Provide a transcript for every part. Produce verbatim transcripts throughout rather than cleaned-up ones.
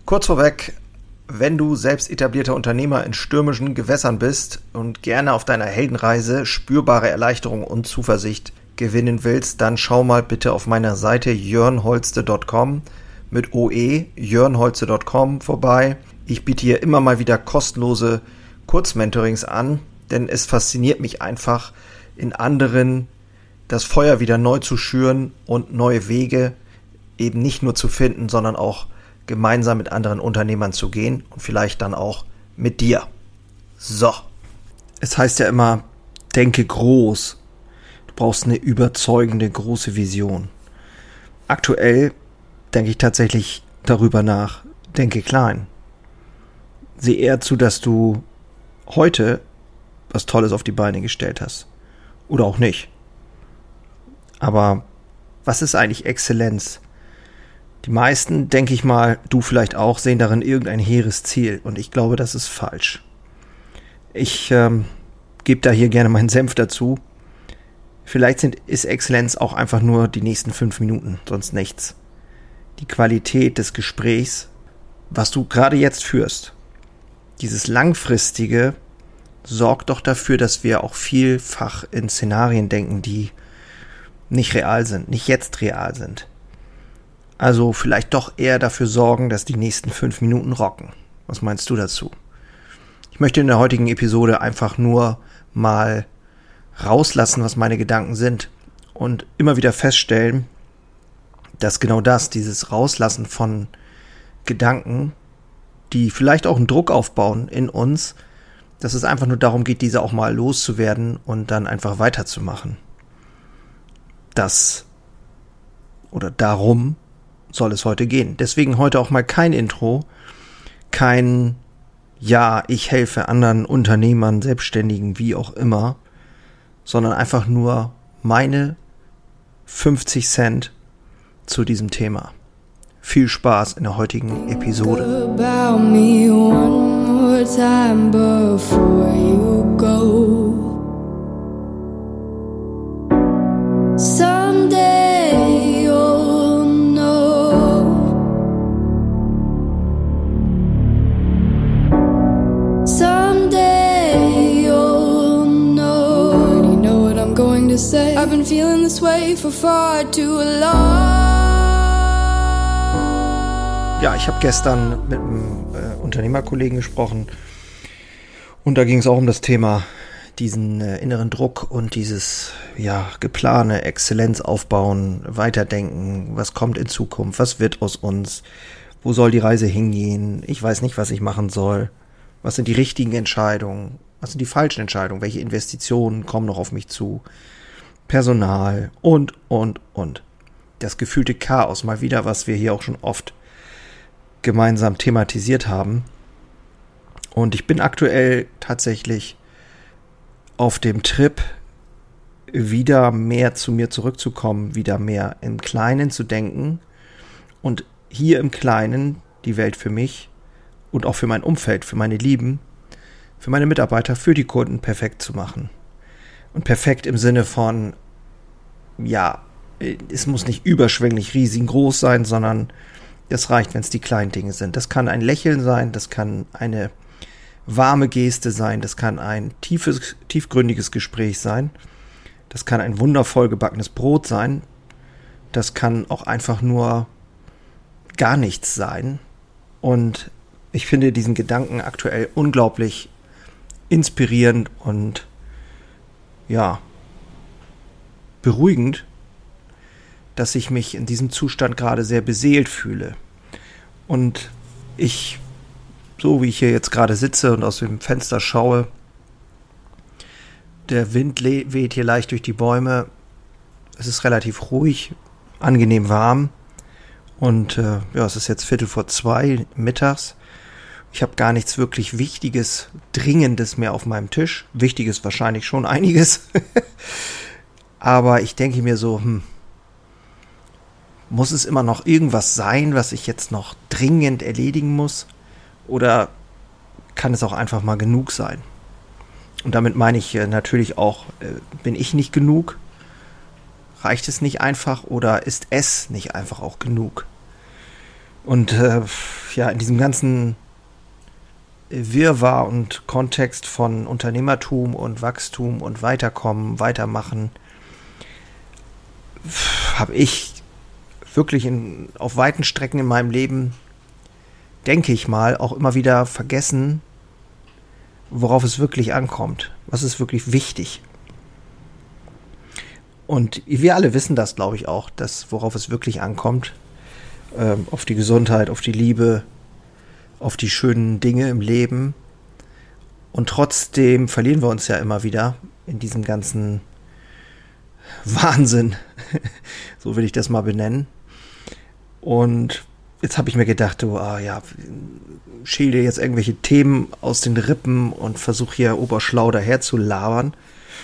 Kurz vorweg, wenn du selbst etablierter Unternehmer in stürmischen Gewässern bist und gerne auf deiner Heldenreise spürbare Erleichterung und Zuversicht gewinnen willst, dann schau mal bitte auf meiner Seite jörnholste punkt com mit O E, jörnholste punkt com vorbei. Ich biete hier immer mal wieder kostenlose Kurzmentorings an, denn es fasziniert mich einfach, in anderen das Feuer wieder neu zu schüren und neue Wege eben nicht nur zu finden, sondern auch gemeinsam mit anderen Unternehmern zu gehen und vielleicht dann auch mit dir. So. Es heißt ja immer, denke groß. Du brauchst eine überzeugende, große Vision. Aktuell denke ich tatsächlich darüber nach, denke klein. Sieh eher zu, dass du heute was Tolles auf die Beine gestellt hast. Oder auch nicht. Aber was ist eigentlich Exzellenz? Die meisten, denke ich mal, du vielleicht auch, sehen darin irgendein hehres Ziel. Und ich glaube, das ist falsch. Ich ähm, gebe da hier gerne meinen Senf dazu. Vielleicht sind, ist Exzellenz auch einfach nur die nächsten fünf Minuten, sonst nichts. Die Qualität des Gesprächs, was du gerade jetzt führst, dieses langfristige, sorgt doch dafür, dass wir auch vielfach in Szenarien denken, die nicht real sind, nicht jetzt real sind. Also vielleicht doch eher dafür sorgen, dass die nächsten fünf Minuten rocken. Was meinst du dazu? Ich möchte in der heutigen Episode einfach nur mal rauslassen, was meine Gedanken sind und immer wieder feststellen, dass genau das, dieses Rauslassen von Gedanken, die vielleicht auch einen Druck aufbauen in uns, dass es einfach nur darum geht, diese auch mal loszuwerden und dann einfach weiterzumachen. Das oder darum soll es heute gehen. Deswegen heute auch mal kein Intro, kein Ja, ich helfe anderen Unternehmern, Selbstständigen, wie auch immer, sondern einfach nur meine fünfzig Cent zu diesem Thema. Viel Spaß in der heutigen Episode. I've been feeling this way for far too long. Ja, ich habe gestern mit einem äh, Unternehmerkollegen gesprochen und da ging es auch um das Thema diesen äh, inneren Druck und dieses ja geplane Exzellenz aufbauen, weiterdenken, was kommt in Zukunft, was wird aus uns, wo soll die Reise hingehen, ich weiß nicht, was ich machen soll, was sind die richtigen Entscheidungen, was sind die falschen Entscheidungen, welche Investitionen kommen noch auf mich zu, Personal und, und, und. Das gefühlte Chaos, mal wieder, was wir hier auch schon oft gemeinsam thematisiert haben. Und ich bin aktuell tatsächlich auf dem Trip, wieder mehr zu mir zurückzukommen, wieder mehr im Kleinen zu denken und hier im Kleinen die Welt für mich und auch für mein Umfeld, für meine Lieben, für meine Mitarbeiter, für die Kunden perfekt zu machen. Und perfekt im Sinne von, ja, es muss nicht überschwänglich riesengroß sein, sondern es reicht, wenn es die kleinen Dinge sind. Das kann ein Lächeln sein, das kann eine warme Geste sein, das kann ein tiefes, tiefgründiges Gespräch sein, das kann ein wundervoll gebackenes Brot sein, das kann auch einfach nur gar nichts sein. Und ich finde diesen Gedanken aktuell unglaublich inspirierend und ja, beruhigend, dass ich mich in diesem Zustand gerade sehr beseelt fühle. Und ich, so wie ich hier jetzt gerade sitze und aus dem Fenster schaue, der Wind weht hier leicht durch die Bäume, es ist relativ ruhig, angenehm warm und äh, ja, es ist jetzt Viertel vor zwei mittags. Ich habe gar nichts wirklich Wichtiges, Dringendes mehr auf meinem Tisch. Wichtiges wahrscheinlich schon einiges. Aber ich denke mir so, hm, muss es immer noch irgendwas sein, was ich jetzt noch dringend erledigen muss? Oder kann es auch einfach mal genug sein? Und damit meine ich äh, natürlich auch, äh, bin ich nicht genug? Reicht es nicht einfach oder ist es nicht einfach auch genug? Und äh, ja, in diesem ganzen Wirrwarr und Kontext von Unternehmertum und Wachstum und Weiterkommen, Weitermachen, habe ich wirklich in, auf weiten Strecken in meinem Leben, denke ich mal, auch immer wieder vergessen, worauf es wirklich ankommt. Was ist wirklich wichtig? Und wir alle wissen das, glaube ich, auch, dass worauf es wirklich ankommt, ähm, auf die Gesundheit, auf die Liebe, auf die schönen Dinge im Leben. Und trotzdem verlieren wir uns ja immer wieder in diesem ganzen Wahnsinn, so will ich das mal benennen. Und jetzt habe ich mir gedacht, du, ah ja, schäl dir jetzt irgendwelche Themen aus den Rippen und versuch hier oberschlau daher zu labern.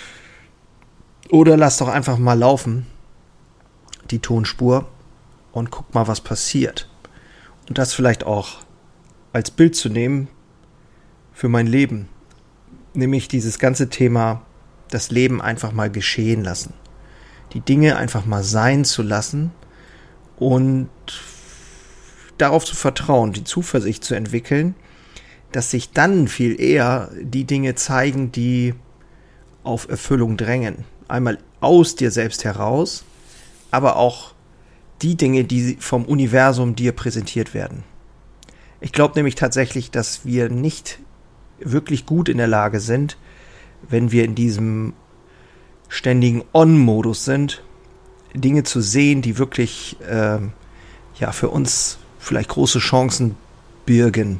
Oder lass doch einfach mal laufen, die Tonspur, und guck mal, was passiert. Und das vielleicht auch als Bild zu nehmen für mein Leben. Nämlich dieses ganze Thema, das Leben einfach mal geschehen lassen. Die Dinge einfach mal sein zu lassen und darauf zu vertrauen, die Zuversicht zu entwickeln, dass sich dann viel eher die Dinge zeigen, die auf Erfüllung drängen. Einmal aus dir selbst heraus, aber auch die Dinge, die vom Universum dir präsentiert werden. Ich glaube nämlich tatsächlich, dass wir nicht wirklich gut in der Lage sind, wenn wir in diesem ständigen On-Modus sind, Dinge zu sehen, die wirklich äh, ja für uns vielleicht große Chancen birgen.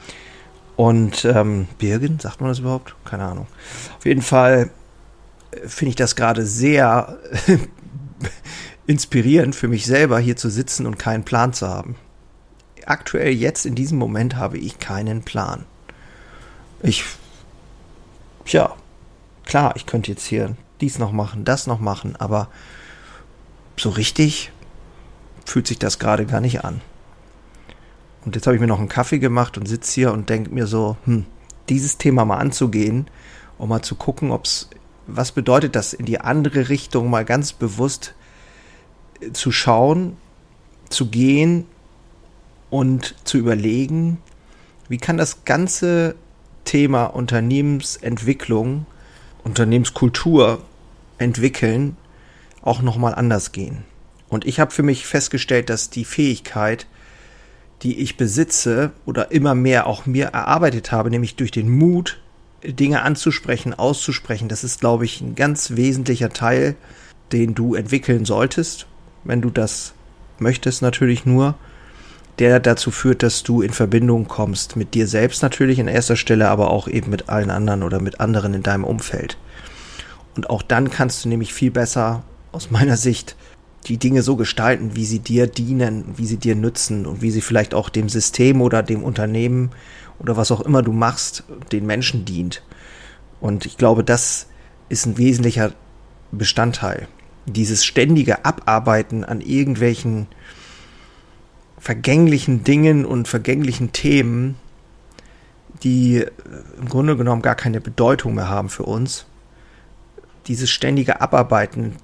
Und ähm, birgen, sagt man das überhaupt? Keine Ahnung. Auf jeden Fall finde ich das gerade sehr inspirierend für mich selber, hier zu sitzen und keinen Plan zu haben. Aktuell, jetzt in diesem Moment, habe ich keinen Plan. Ich, tja, klar, ich könnte jetzt hier dies noch machen, das noch machen, aber so richtig fühlt sich das gerade gar nicht an. Und jetzt habe ich mir noch einen Kaffee gemacht und sitze hier und denke mir so, hm, dieses Thema mal anzugehen, um mal zu gucken, ob's, was bedeutet das, in die andere Richtung mal ganz bewusst zu schauen, zu gehen und zu überlegen, wie kann das ganze Thema Unternehmensentwicklung, Unternehmenskultur entwickeln, auch nochmal anders gehen. Und ich habe für mich festgestellt, dass die Fähigkeit, die ich besitze oder immer mehr auch mir erarbeitet habe, nämlich durch den Mut, Dinge anzusprechen, auszusprechen, das ist, glaube ich, ein ganz wesentlicher Teil, den du entwickeln solltest, wenn du das möchtest natürlich nur, der dazu führt, dass du in Verbindung kommst mit dir selbst natürlich in erster Stelle, aber auch eben mit allen anderen oder mit anderen in deinem Umfeld. Und auch dann kannst du nämlich viel besser, aus meiner Sicht, die Dinge so gestalten, wie sie dir dienen, wie sie dir nützen und wie sie vielleicht auch dem System oder dem Unternehmen oder was auch immer du machst, den Menschen dient. Und ich glaube, das ist ein wesentlicher Bestandteil. Dieses ständige Abarbeiten an irgendwelchen vergänglichen Dingen und vergänglichen Themen, die im Grunde genommen gar keine Bedeutung mehr haben für uns. Dieses ständige Abarbeiten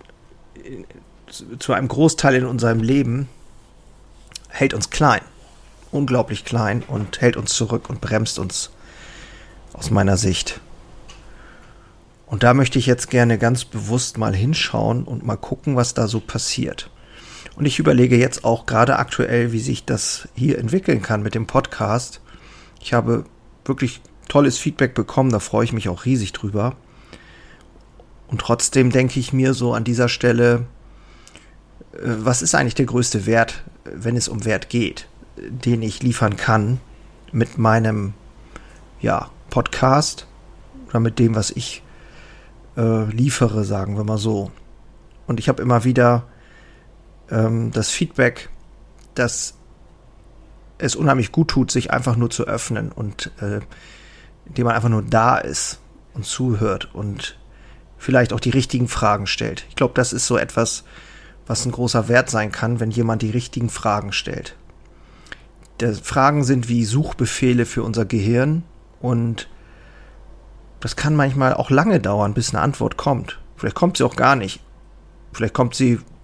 zu einem Großteil in unserem Leben hält uns klein, unglaublich klein und hält uns zurück und bremst uns aus meiner Sicht. Und da möchte ich jetzt gerne ganz bewusst mal hinschauen und mal gucken, was da so passiert. Und ich überlege jetzt auch gerade aktuell, wie sich das hier entwickeln kann mit dem Podcast. Ich habe wirklich tolles Feedback bekommen, da freue ich mich auch riesig drüber. Und trotzdem denke ich mir so an dieser Stelle, was ist eigentlich der größte Wert, wenn es um Wert geht, den ich liefern kann mit meinem ja, Podcast oder mit dem, was ich äh, liefere, sagen wir mal so. Und ich habe immer wieder ähm, das Feedback, dass es unheimlich gut tut, sich einfach nur zu öffnen und äh, indem man einfach nur da ist und zuhört und vielleicht auch die richtigen Fragen stellt. Ich glaube, das ist so etwas, was ein großer Wert sein kann, wenn jemand die richtigen Fragen stellt. Die Fragen sind wie Suchbefehle für unser Gehirn und das kann manchmal auch lange dauern, bis eine Antwort kommt. Vielleicht kommt sie auch gar nicht. Vielleicht kommt sie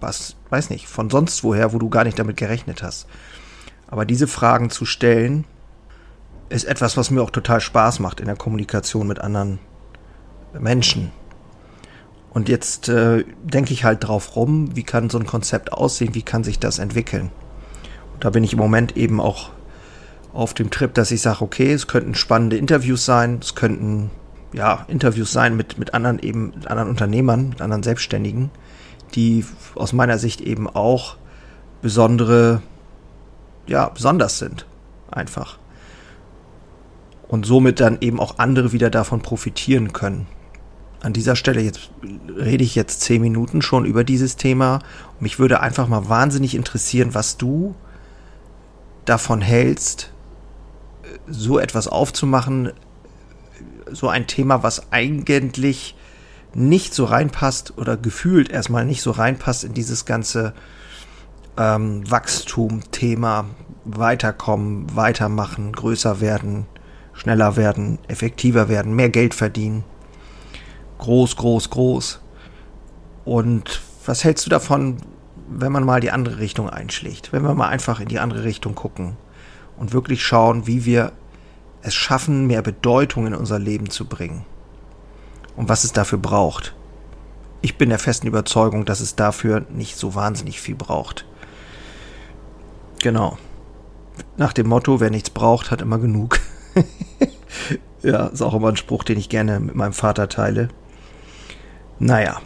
was, weiß nicht, von sonst woher, wo du gar nicht damit gerechnet hast. Aber diese Fragen zu stellen, ist etwas, was mir auch total Spaß macht in der Kommunikation mit anderen Menschen. Und jetzt äh, denke ich halt drauf rum, wie kann so ein Konzept aussehen, wie kann sich das entwickeln. Und da bin ich im Moment eben auch auf dem Trip, dass ich sage, okay, es könnten spannende Interviews sein, es könnten ja Interviews sein mit, mit anderen eben, mit anderen Unternehmern, mit anderen Selbstständigen, die aus meiner Sicht eben auch besondere, ja, besonders sind, einfach. Und somit dann eben auch andere wieder davon profitieren können. An dieser Stelle jetzt rede ich jetzt zehn Minuten schon über dieses Thema. Und mich würde einfach mal wahnsinnig interessieren, was du davon hältst, so etwas aufzumachen, so ein Thema, was eigentlich nicht so reinpasst oder gefühlt erstmal nicht so reinpasst in dieses ganze ähm, Wachstum-Thema, weiterkommen, weitermachen, größer werden, schneller werden, effektiver werden, mehr Geld verdienen. Groß, groß, groß. Und was hältst du davon, wenn man mal die andere Richtung einschlägt? Wenn wir mal einfach in die andere Richtung gucken und wirklich schauen, wie wir es schaffen, mehr Bedeutung in unser Leben zu bringen. Und was es dafür braucht. Ich bin der festen Überzeugung, dass es dafür nicht so wahnsinnig viel braucht. Genau. Nach dem Motto, wer nichts braucht, hat immer genug. Ja, ist auch immer ein Spruch, den ich gerne mit meinem Vater teile. Naja.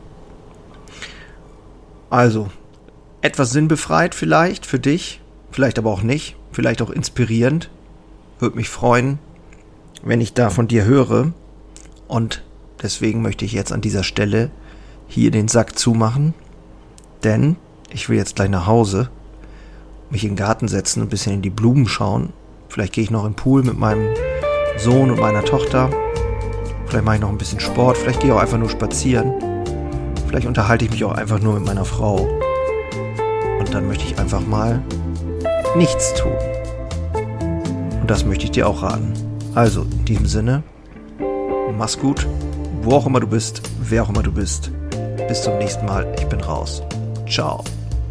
Also, etwas sinnbefreit vielleicht für dich, vielleicht aber auch nicht, vielleicht auch inspirierend. Würde mich freuen, wenn ich da von dir höre. Und deswegen möchte ich jetzt an dieser Stelle hier den Sack zumachen. Denn ich will jetzt gleich nach Hause, mich in den Garten setzen und ein bisschen in die Blumen schauen. Vielleicht gehe ich noch im Pool mit meinem Sohn und meiner Tochter. Vielleicht mache ich noch ein bisschen Sport. Vielleicht gehe ich auch einfach nur spazieren. Vielleicht unterhalte ich mich auch einfach nur mit meiner Frau. Und dann möchte ich einfach mal nichts tun. Und das möchte ich dir auch raten. Also, in diesem Sinne, mach's gut, wo auch immer du bist, wer auch immer du bist. Bis zum nächsten Mal, ich bin raus. Ciao.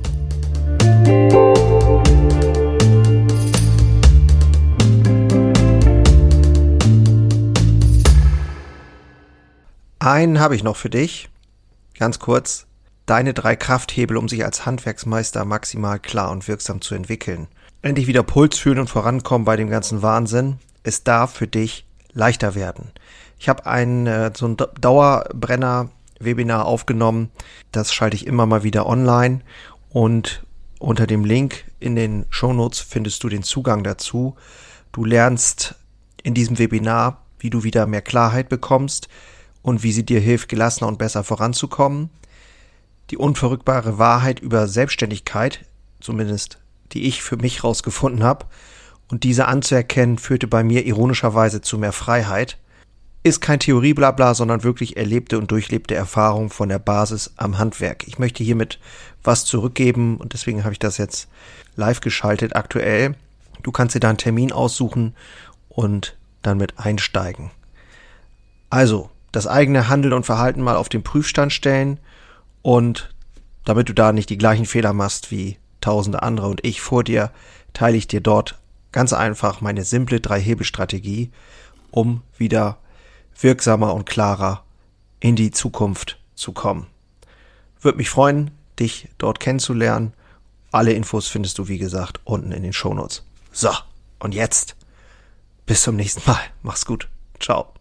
Einen habe ich noch für dich. Ganz kurz. Deine drei Krafthebel, um sich als Handwerksmeister maximal klar und wirksam zu entwickeln. Endlich wieder Puls fühlen und vorankommen bei dem ganzen Wahnsinn. Es darf für dich leichter werden. Ich habe ein äh, so ein Dauerbrenner-Webinar aufgenommen. Das schalte ich immer mal wieder online. Und unter dem Link in den Shownotes findest du den Zugang dazu. Du lernst in diesem Webinar, wie du wieder mehr Klarheit bekommst und wie sie dir hilft, gelassener und besser voranzukommen. Die unverrückbare Wahrheit über Selbstständigkeit, zumindest die ich für mich rausgefunden habe, und diese anzuerkennen, führte bei mir ironischerweise zu mehr Freiheit. Ist kein Theorieblabla, sondern wirklich erlebte und durchlebte Erfahrung von der Basis am Handwerk. Ich möchte hiermit was zurückgeben und deswegen habe ich das jetzt live geschaltet aktuell. Du kannst dir da einen Termin aussuchen und dann mit einsteigen. Also, das eigene Handeln und Verhalten mal auf den Prüfstand stellen und damit du da nicht die gleichen Fehler machst wie tausende andere und ich vor dir, teile ich dir dort ganz einfach meine simple Drei-Hebel-Strategie, um wieder wirksamer und klarer in die Zukunft zu kommen. Würde mich freuen, dich dort kennenzulernen. Alle Infos findest du, wie gesagt, unten in den Shownotes. So, und jetzt bis zum nächsten Mal. Mach's gut. Ciao.